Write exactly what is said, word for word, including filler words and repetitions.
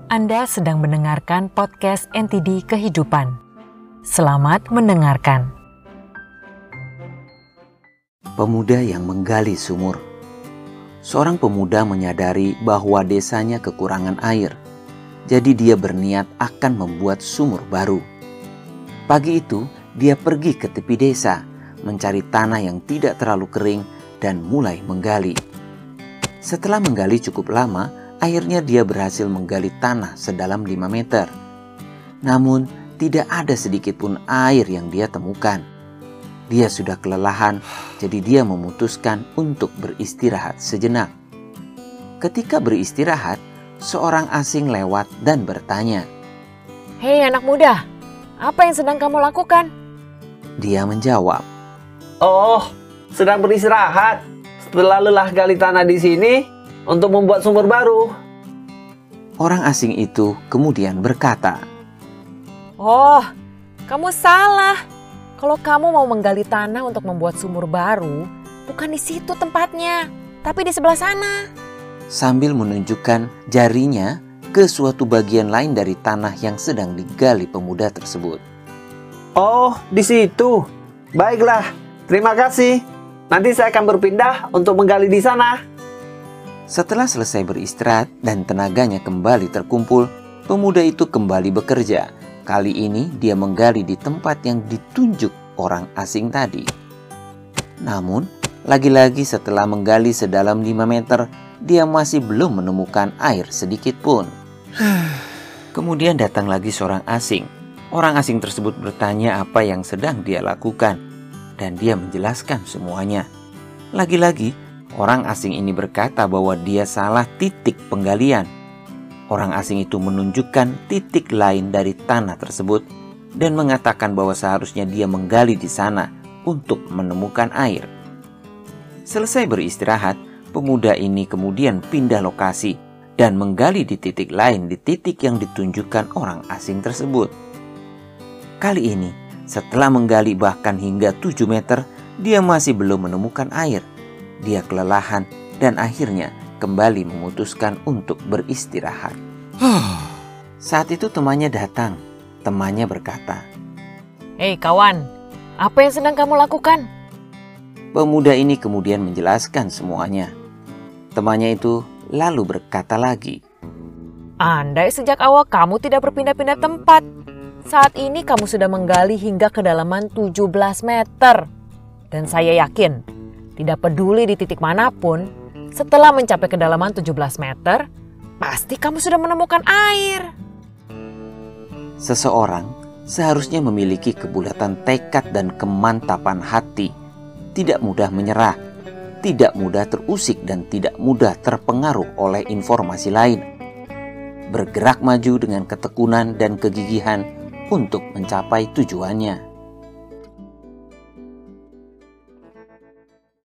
Anda sedang mendengarkan podcast N T D Kehidupan. Selamat mendengarkan. Pemuda yang menggali sumur. Seorang pemuda menyadari bahwa desanya kekurangan air. Jadi dia berniat akan membuat sumur baru. Pagi itu, dia pergi ke tepi desa, mencari tanah yang tidak terlalu kering dan mulai menggali. Setelah menggali cukup lama, akhirnya dia berhasil menggali tanah sedalam lima meter. Namun, tidak ada sedikit pun air yang dia temukan. Dia sudah kelelahan, jadi dia memutuskan untuk beristirahat sejenak. Ketika beristirahat, seorang asing lewat dan bertanya, "Hei anak muda, apa yang sedang kamu lakukan?" Dia menjawab, "Oh, sedang beristirahat. Setelah lelah gali tanah di sini untuk membuat sumur baru." Orang asing itu kemudian berkata, "Oh, kamu salah. Kalau kamu mau menggali tanah untuk membuat sumur baru, bukan di situ tempatnya, tapi di sebelah sana." Sambil menunjukkan jarinya ke suatu bagian lain dari tanah yang sedang digali pemuda tersebut. "Oh, di situ. Baiklah, terima kasih. Nanti saya akan berpindah untuk menggali di sana." Setelah selesai beristirahat dan tenaganya kembali terkumpul, pemuda itu kembali bekerja. Kali ini dia menggali di tempat yang ditunjuk orang asing tadi. Namun, lagi-lagi setelah menggali sedalam lima meter, dia masih belum menemukan air sedikit pun. Kemudian datang lagi seorang asing. Orang asing tersebut bertanya apa yang sedang dia lakukan, dan dia menjelaskan semuanya. Lagi-lagi, orang asing ini berkata bahwa dia salah titik penggalian. Orang asing itu menunjukkan titik lain dari tanah tersebut dan mengatakan bahwa seharusnya dia menggali di sana untuk menemukan air. Selesai beristirahat, pemuda ini kemudian pindah lokasi dan menggali di titik lain di titik yang ditunjukkan orang asing tersebut. Kali ini, setelah menggali bahkan hingga tujuh meter, dia masih belum menemukan air. Dia kelelahan dan akhirnya kembali memutuskan untuk beristirahat. Saat itu temannya datang. Temannya berkata, "Hei kawan, apa yang sedang kamu lakukan?" Pemuda ini kemudian menjelaskan semuanya. Temannya itu lalu berkata lagi, "Andai sejak awal kamu tidak berpindah-pindah tempat, saat ini kamu sudah menggali hingga kedalaman tujuh belas meter. Dan saya yakin, tidak peduli di titik manapun, setelah mencapai kedalaman tujuh belas meter, pasti kamu sudah menemukan air." Seseorang seharusnya memiliki kebulatan tekad dan kemantapan hati, tidak mudah menyerah, tidak mudah terusik dan tidak mudah terpengaruh oleh informasi lain. Bergerak maju dengan ketekunan dan kegigihan untuk mencapai tujuannya.